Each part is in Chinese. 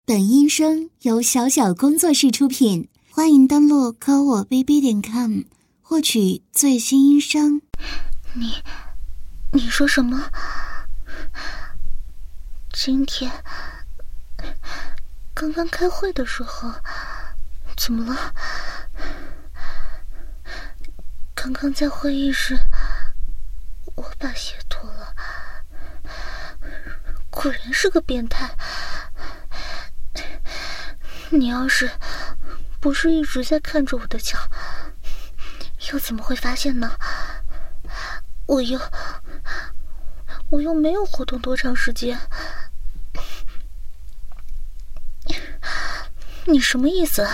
本音声由小小工作室出品，欢迎登录科我 bb.com 获取最新音声。 你说什么？今天刚刚开会的时候怎么了？刚刚在会议室我把鞋脱了，果然是个变态。你要是不是一直在看着我的脚，又怎么会发现呢？我又没有活动多长时间。你什么意思？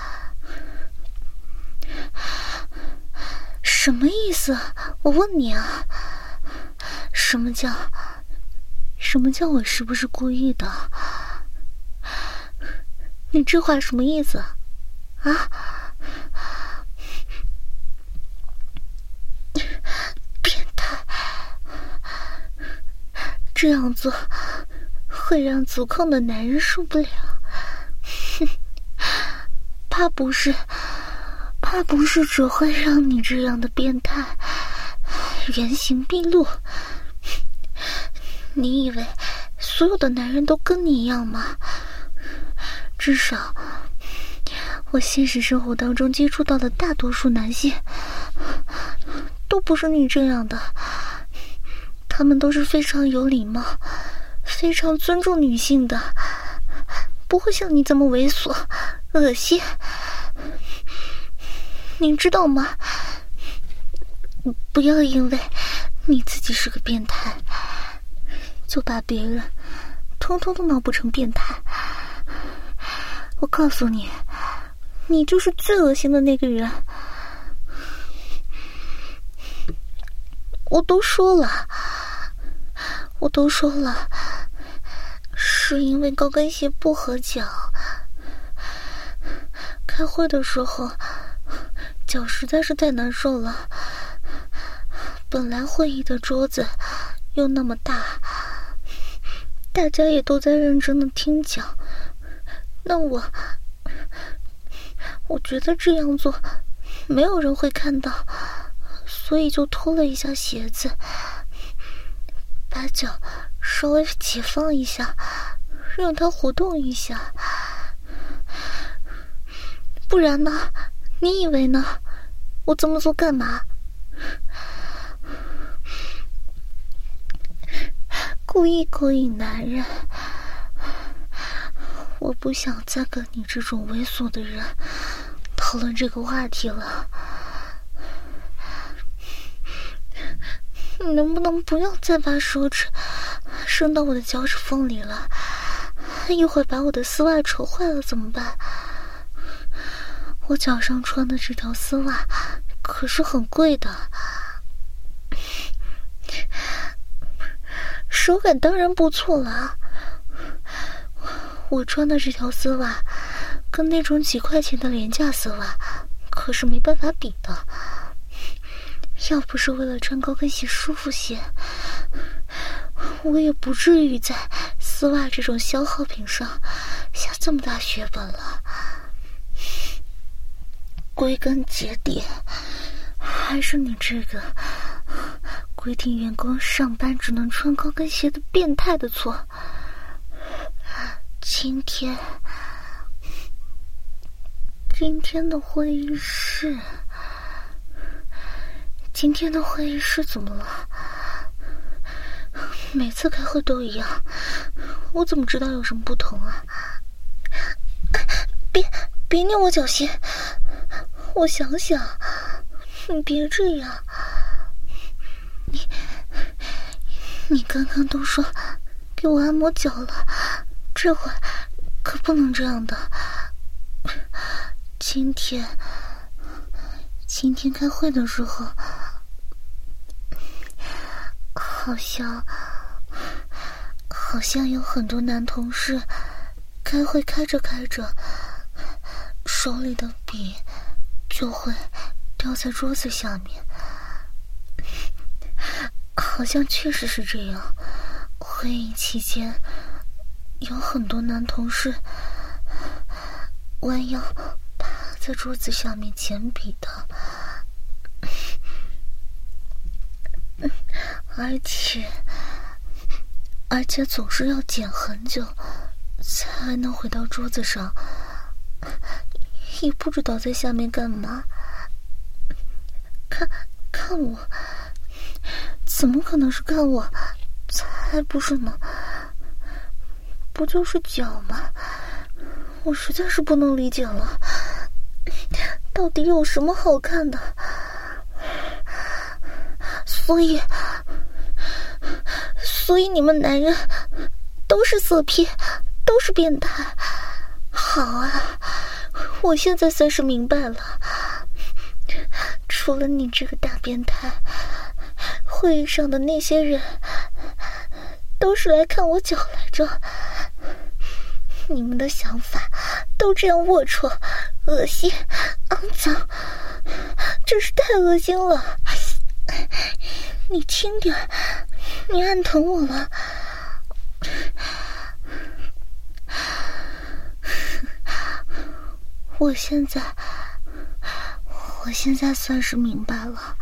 什么意思？我问你啊，什么叫我是不是故意的？你这话什么意思啊？变态，这样做会让足控的男人受不了。怕不是只会让你这样的变态原形毕露。你以为所有的男人都跟你一样吗？至少我现实生活当中接触到的大多数男性都不是你这样的，他们都是非常有礼貌、非常尊重女性的，不会像你这么猥琐、恶心。你知道吗？不要因为你自己是个变态，就把别人通通都闹不成变态。我告诉你，你就是最恶心的那个人。我都说了，是因为高跟鞋不合脚。开会的时候脚实在是太难受了，本来会议的桌子又那么大，大家也都在认真的听讲，那我觉得这样做没有人会看到，所以就脱了一下鞋子，把脚稍微解放一下，让它活动一下。不然呢？你以为呢？我这么做干嘛？故意勾引男人。我不想再跟你这种猥琐的人讨论这个话题了。你能不能不要再把手指伸到我的脚趾缝里了？一会儿把我的丝袜扯坏了怎么办？我脚上穿的这条丝袜可是很贵的，手感当然不错了。我穿的这条丝袜跟那种几块钱的廉价丝袜可是没办法比的。要不是为了穿高跟鞋舒服些，我也不至于在丝袜这种消耗品上下这么大血本了。归根结底，还是你这个规定员工上班只能穿高跟鞋的变态的错。今天的会议室怎么了？每次开会都一样，我怎么知道有什么不同啊？别捏我脚心，我想想，你别这样。你刚刚都说给我按摩脚了，这会可不能这样的。今天开会的时候，好像有很多男同事开会开着手里的笔就会掉在桌子下面。好像确实是这样。会议期间有很多男同事弯腰趴在桌子下面捡笔的，而且总是要捡很久才能回到桌子上，也不知道在下面干嘛。看我，怎么可能是看我？才不是呢，不就是脚吗？我实在是不能理解了，到底有什么好看的？所以你们男人都是色批，都是变态。好啊，我现在算是明白了，除了你这个大变态，会议上的那些人都是来看我脚来着。你们的想法都这样龌龊、恶心、肮脏，真是太恶心了。你轻点，你按疼我了。我现在算是明白了。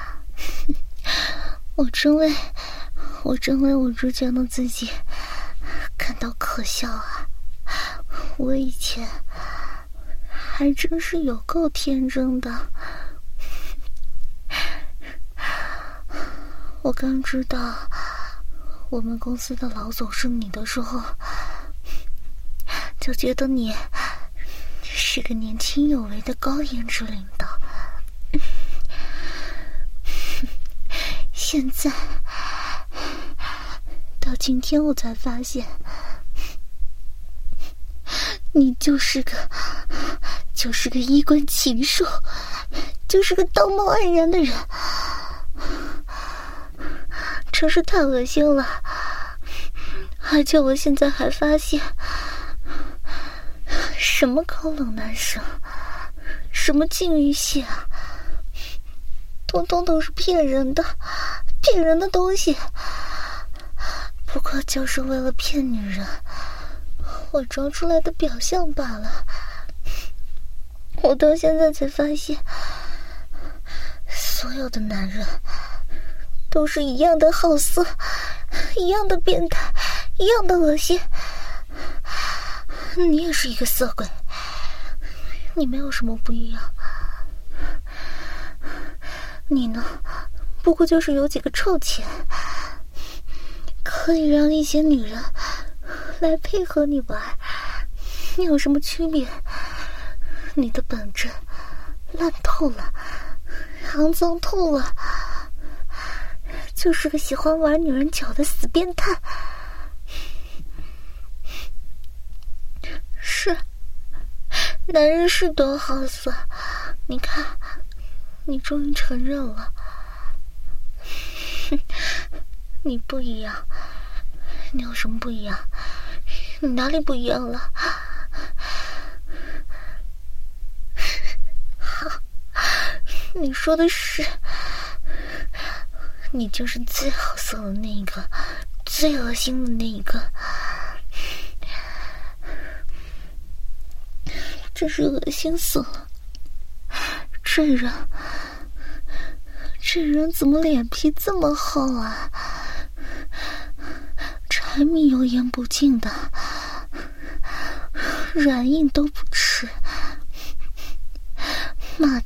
我真为我之前的自己感到可笑啊！我以前还真是有够天真的。我刚知道我们公司的老总是你的时候，就觉得你是个年轻有为的高颜值领导。现在到今天我才发现，你就是个衣冠禽兽，就是个道貌岸然的人，真是太恶心了。而且我现在还发现，什么高冷男生，什么禁欲系啊，通通都是骗人的东西，不过就是为了骗女人，我装出来的表象罢了。我到现在才发现，所有的男人都是一样的好色，一样的变态，一样的恶心。你也是一个色鬼，你没有什么不一样。你呢，不过就是有几个臭钱，可以让一些女人来配合你玩。你有什么区别？你的本质烂透了，肮脏透了，就是个喜欢玩女人脚的死变态。是，男人是多好色，你看，你终于承认了。你不一样，你有什么不一样？你哪里不一样了？好，你说的是，你就是最好色的那一个，最恶心的那一个。真是恶心死了！这人怎么脸皮这么厚啊？柴米油盐不进的，软硬都不吃。骂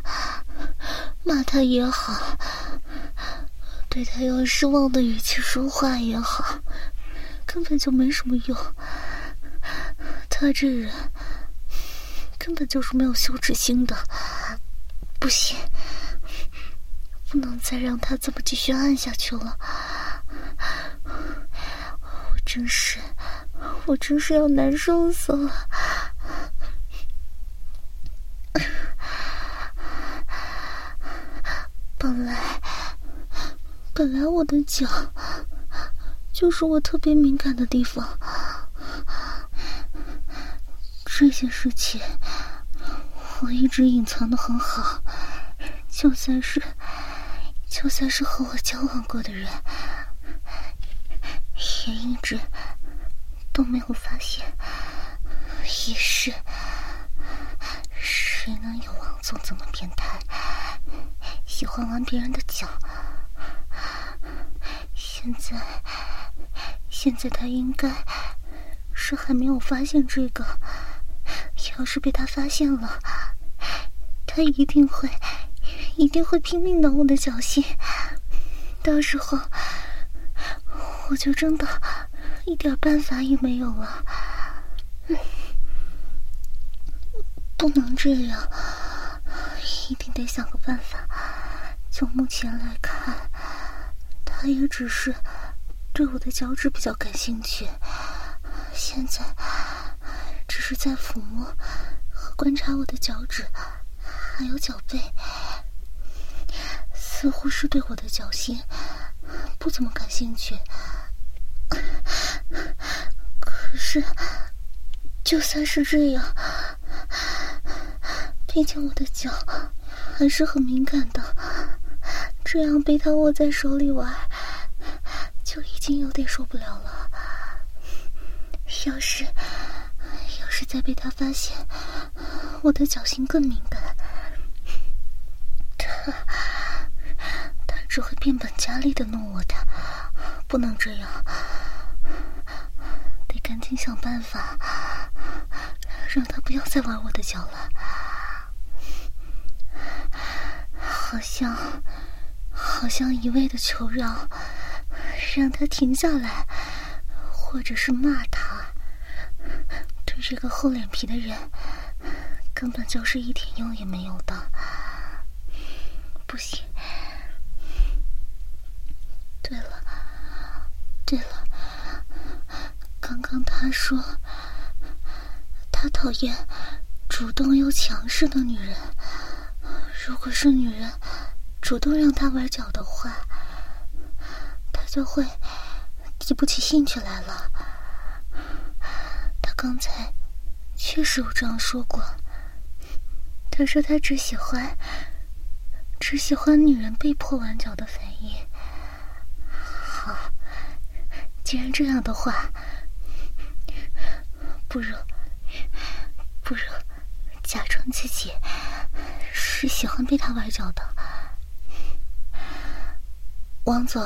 他也好，对他用失望的语气说话也好，根本就没什么用。他这人根本就是没有羞耻心的。不行，不能再让他这么继续按下去了。我真是要难受死了。本来我的脚就是我特别敏感的地方，这些事情我一直隐藏得很好，就算是和我交往过的人，也一直都没有发现。也是，谁能有王总这么变态，喜欢玩别人的脚？现在他应该是还没有发现这个。要是被他发现了，他一定会拼命挠我的脚心，到时候我就真的一点办法也没有了。不能这样，一定得想个办法。就目前来看，他也只是对我的脚趾比较感兴趣，现在只是在抚摸和观察我的脚趾还有脚背，似乎是对我的脚心不怎么感兴趣。可是就算是这样，毕竟我的脚还是很敏感的，这样被他握在手里玩就已经有点受不了了。要是再被他发现我的脚心更敏感，他只会变本加厉的弄我的。不能这样，得赶紧想办法让他不要再玩我的脚了。好像一味的求饶，让他停下来，或者是骂他，对这个厚脸皮的人根本就是一点用也没有的。不行。对了，刚刚他说他讨厌主动又强势的女人，如果是女人主动让他玩脚的话，他就会提不起兴趣来了。他刚才确实有这样说过，他说他只喜欢女人被迫玩脚的反应。好，既然这样的话，不如假装自己是喜欢被他玩脚的。王总，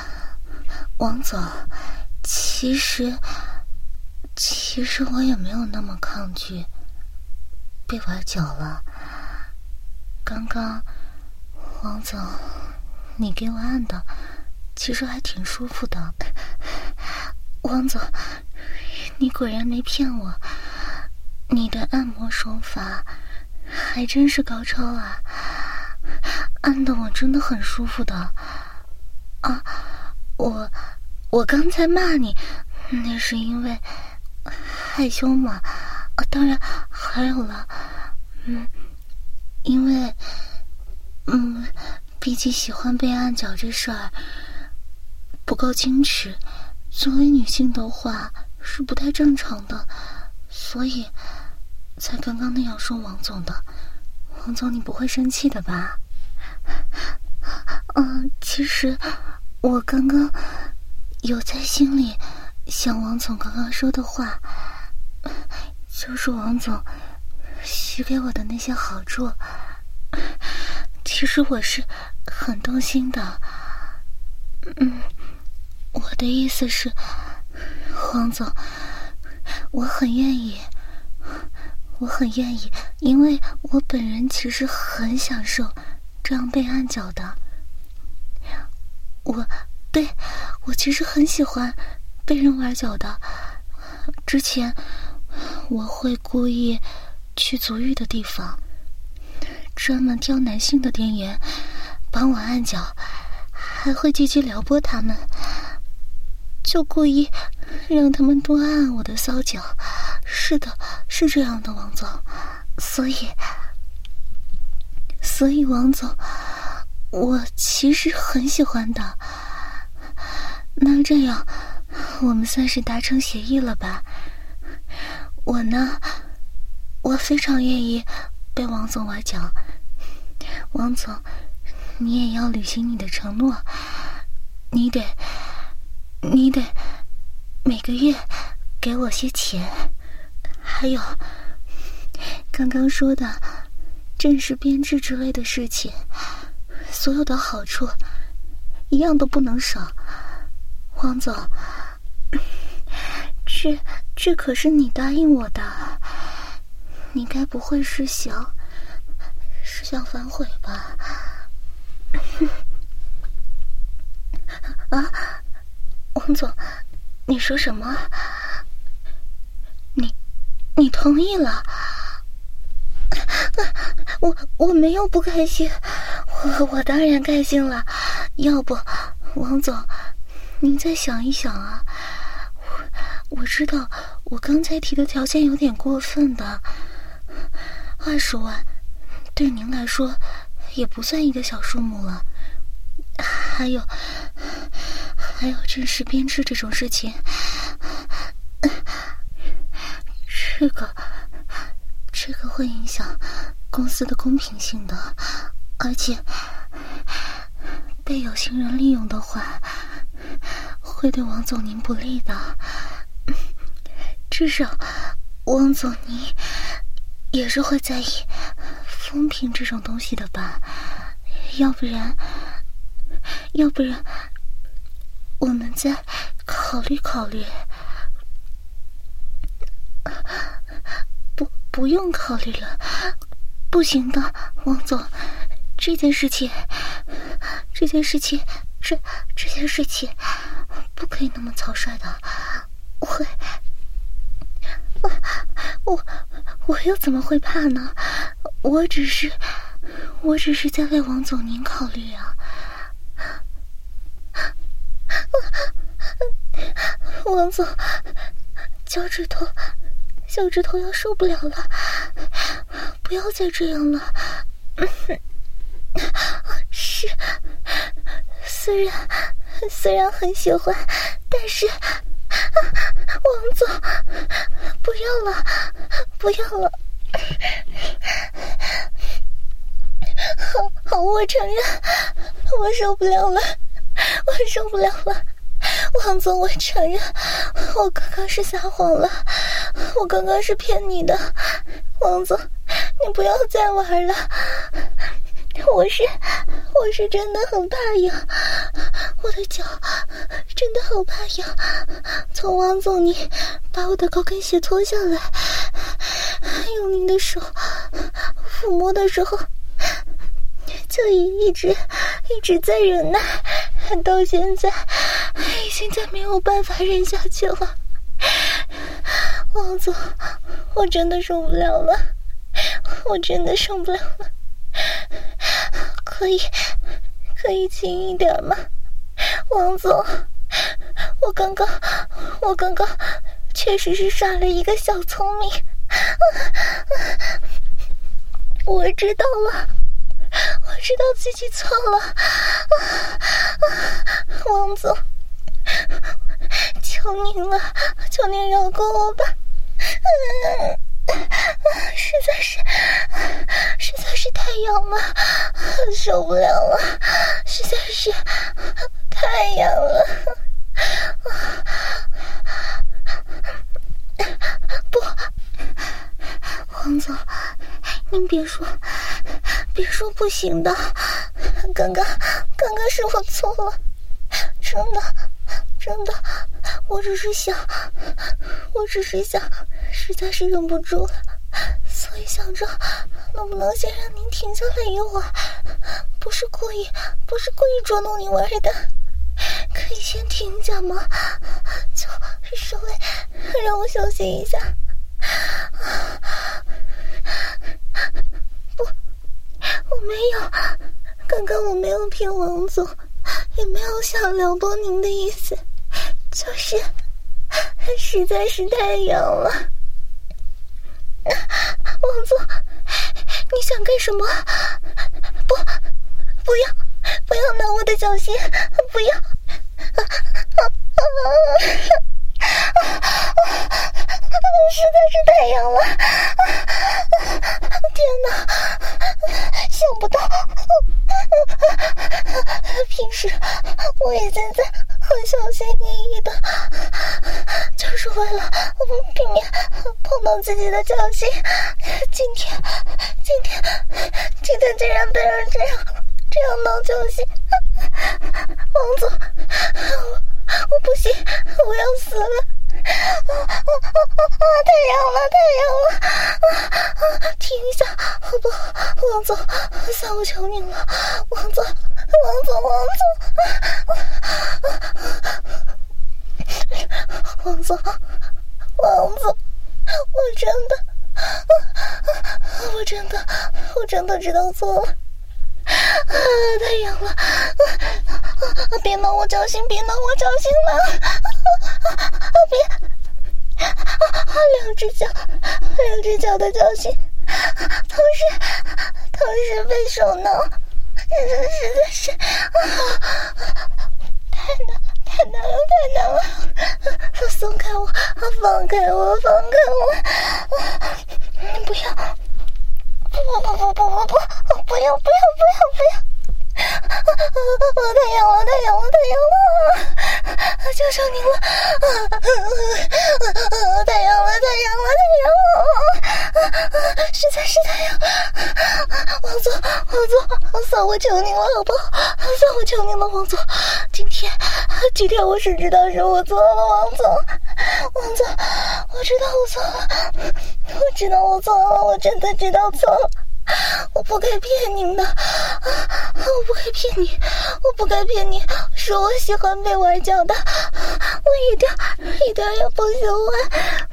其实我也没有那么抗拒被玩脚了。刚刚王总你给我按的其实还挺舒服的。王总，你果然没骗我，你的按摩手法还真是高超啊，按得我真的很舒服的。啊，我刚才骂你，那是因为害羞嘛。当然还有了，因为毕竟喜欢被按脚这事儿不够矜持，作为女性的话是不太正常的，所以才刚刚那样说王总的。王总，你不会生气的吧？其实我刚刚有在心里想王总刚刚说的话，就是王总许给我的那些好处，其实我是很动心的。我的意思是，王总，我很愿意，因为我本人其实很享受这样被按脚的。我其实很喜欢被人玩脚的。之前我会故意去足浴的地方，专门挑男性的店员帮我按脚，还会积极撩拨他们，就故意让他们多按我的骚脚。是的，是这样的，王总。所以王总，我其实很喜欢的。那这样我们算是达成协议了吧？我呢，我非常愿意被王总玩脚。王总，你也要履行你的承诺，你得每个月给我些钱，还有刚刚说的正式编制之类的事情，所有的好处一样都不能少。王总，这可是你答应我的，你该不会是想反悔吧？啊，王总，你说什么？你同意了？我没有不开心，我当然开心了。要不，王总，您再想一想啊。我知道我刚才提的条件有点过分的，20万对您来说也不算一个小数目了。还有正式编制这种事情，这个会影响公司的公平性的，而且被有心人利用的话，会对王总您不利的。至少王总您也是会在意风评这种东西的吧？要不然我们再考虑考虑。不用考虑了，不行的，王总，这件事情不可以那么草率的。我又怎么会怕呢？我只是在为王总您考虑啊。王总，脚趾头要受不了了，不要再这样了。是，虽然很喜欢，但是王总，不要了。好，我承认，我受不了了。王总，我承认，我刚刚是撒谎了，我刚刚是骗你的。王总，你不要再玩了，我是真的很怕痒，我的脚真的好怕痒。从王总你把我的高跟鞋脱下来，用您的手抚摸的时候，就一直在忍耐，到现在已经没有办法忍下去了。王总，我真的受不了了，可以轻一点吗？王总，我刚刚确实是耍了一个小聪明，我知道了，我知道自己错了。王总，求您了，求您饶过我吧。实在是太痒了，受不了了，实在是太痒了。不，王总，您别说不行的，刚刚是我错了，真的，我只是想，实在是忍不住了，所以想着能不能先让您停下来一会儿，不是故意捉弄你玩的，可以先停一下吗？就稍微让我休息一下。不，我没有，刚刚我没有骗王总，也没有想撩拨您的意思，就是实在是太痒了。王总，你想干什么？不要拿我的脚心，不要！实在是太痒了！天哪，想不到，平时我也现在很小心翼翼的，就是为了到自己的脚心。今天竟然被人这样挠脚心，王总，我不行，我要死了！太痒了！停一下，好不好？王总，算我求你了，王总，我真的知道错了。太痒了！别挠我脚心了！别！两只脚的脚心，同时被手挠，实在是太难了！松开我！放开我！不要！不要！太痒了！求求您了！太痒了！实在是太痒！王总，算我求您了，好不好？算我求您了，王总。今天我是知道是我错了，王总，我知道我错了，我真的知道错了。我不该骗您的，我不该骗你，说我喜欢被玩脚的，我一点也不喜欢，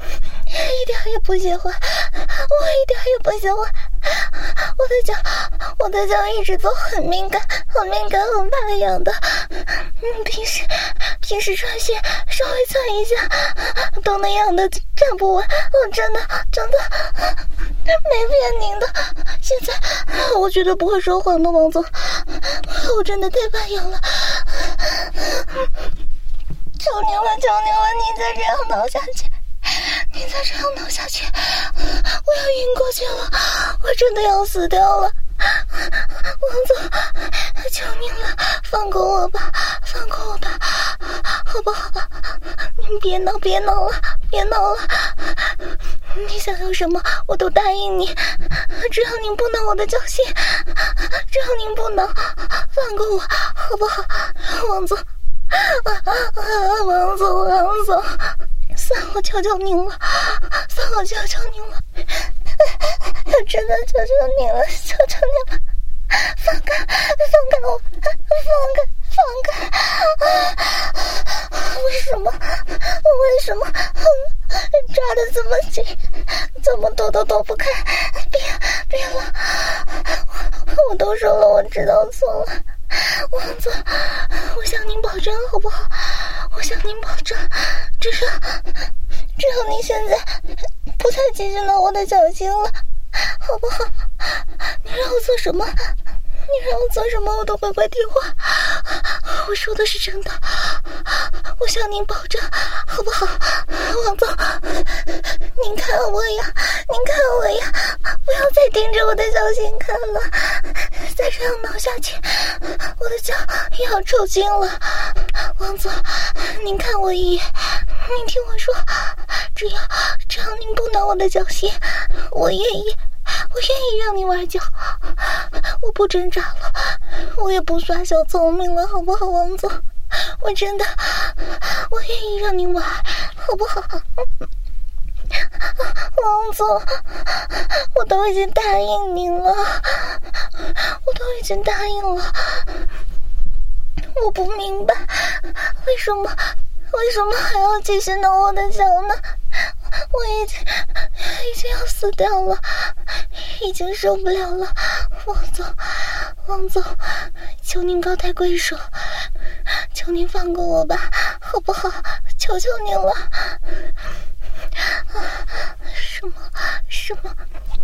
我的脚一直都很敏感，很怕痒的。平时穿鞋稍微蹭一下都能痒的站不稳，我真的没骗您的。现在我绝对不会说谎的，王总，我真的太怕痒了。求您了，你再这样挠下去，我要晕过去了，我真的要死掉了。王总，求您了，放过我吧，好不好？您别闹了，你想要什么我都答应你，只要您不挠我的脚心，放过我，好不好？王总，算我求求您了，真的求求您了，放开我，放开！为什么抓得这么紧，怎么躲都躲不开？别了，我都说了，我知道错了。王总，我向您保证，好不好？只要你现在不再继续挠我的脚心了，好不好？你让我做什么我都会听话。我说的是真的，我向您保证，好不好？王总，您看我呀，不要再盯着我的脚心看了，再这样挠下去，我的脚也要抽筋了。王总，您看我一眼，您听我说，只要您不挠我的脚心，我愿意让你玩脚，我不挣扎了，我也不耍小聪明了，好不好，王总？我愿意让你玩，好不好？王总，我都已经答应您了，我不明白，为什么还要继续挠我的脚呢？我已经要死掉了，已经受不了了。王总，求您高抬贵手，求您放过我吧，好不好？求求您了。什么？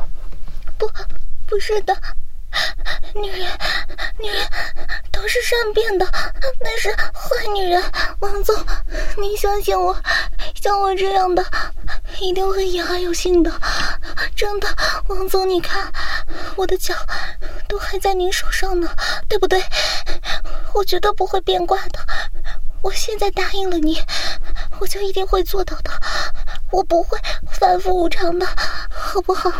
不是的，女人都是善变的，那是坏女人。王总，您相信我，像我这样的一定会言而有信的，真的。王总，你看我的脚都还在您手上呢，对不对？我绝对不会变卦的，我现在答应了你，我就一定会做到的。 我不会反复无常的，好不好？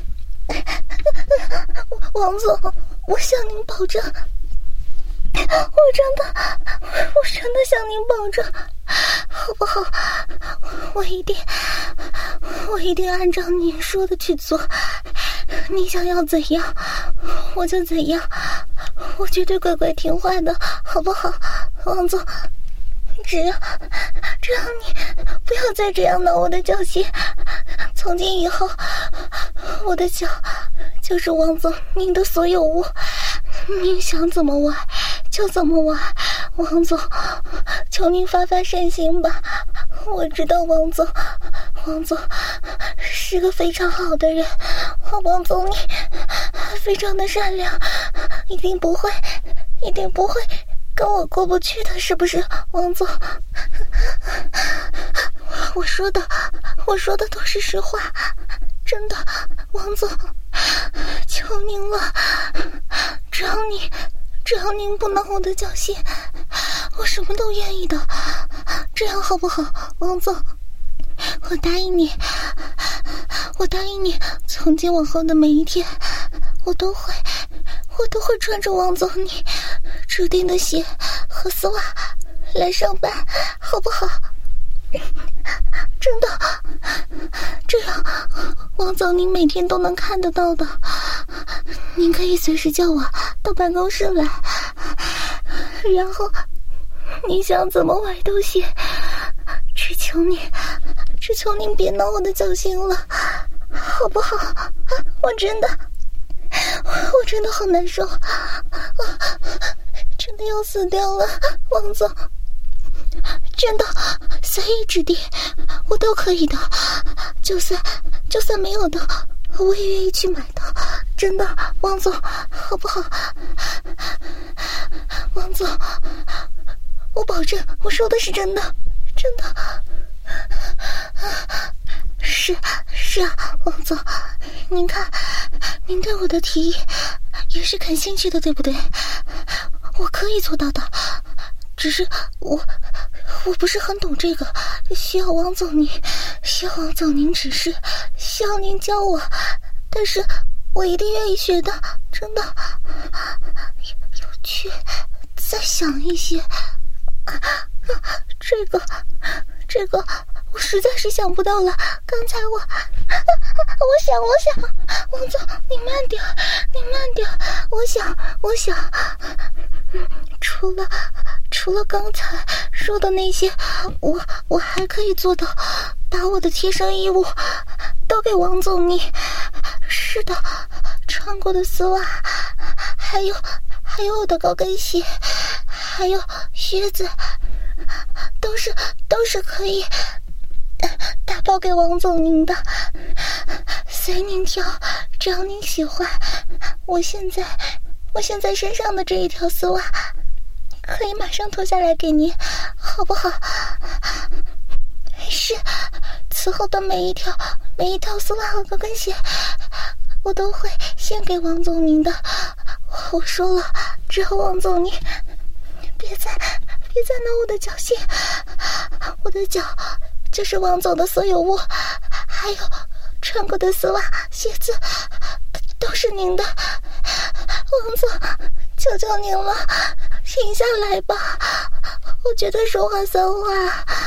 王总，我向您保证，我真的向您保证，好不好？我一定按照您说的去做，你想要怎样我就怎样，我绝对乖乖听话的，好不好？王总，只要你不要再这样挠我的脚心，从今以后我的脚就是王总您的所有物，您想怎么玩就怎么玩，王总，求您发善心吧。我知道王总是个非常好的人，王总你非常的善良，一定不会跟我过不去的，是不是王总？我说的都是实话，真的，王总，求您了，只要您不挠我的脚心，我什么都愿意的，这样好不好，王总？我答应你，从今往后的每一天，我都会穿着王总你指定的鞋和丝袜来上班，好不好？真的，这样王总您每天都能看得到的，您可以随时叫我到办公室来，然后你想怎么玩都行，只求您别挠我的脚心了，好不好？我真的好难受，真的要死掉了，王总，真的随意指定我都可以的，就算没有的我也愿意去买的，真的，王总，好不好？王总，我保证我说的是真的，真的。是啊，王总，您看，您对我的提议也是感兴趣的，对不对？我可以做到的，只是我不是很懂这个，需要王总您指示，需要您教我，但是我一定愿意学的，真的。有趣，再想一些，这个我实在是想不到了。刚才我想，王总，你慢点，我想，除了刚才说的那些，我还可以做到，把我的贴身衣物都给王总你。是的，穿过的丝袜，还有我的高跟鞋，还有靴子，都是可以打包给王总您的，随您挑，只要您喜欢。我现在身上的这一条丝袜可以马上脱下来给您，好不好？是，此后的每一条丝袜和高跟鞋我都会献给王总您的。我说了，只要王总您别再挠我的脚心，我的脚就是王总的所有物，还有穿过的丝袜、鞋子都是您的。王总，求求您了，停下来吧，我绝对说话算话。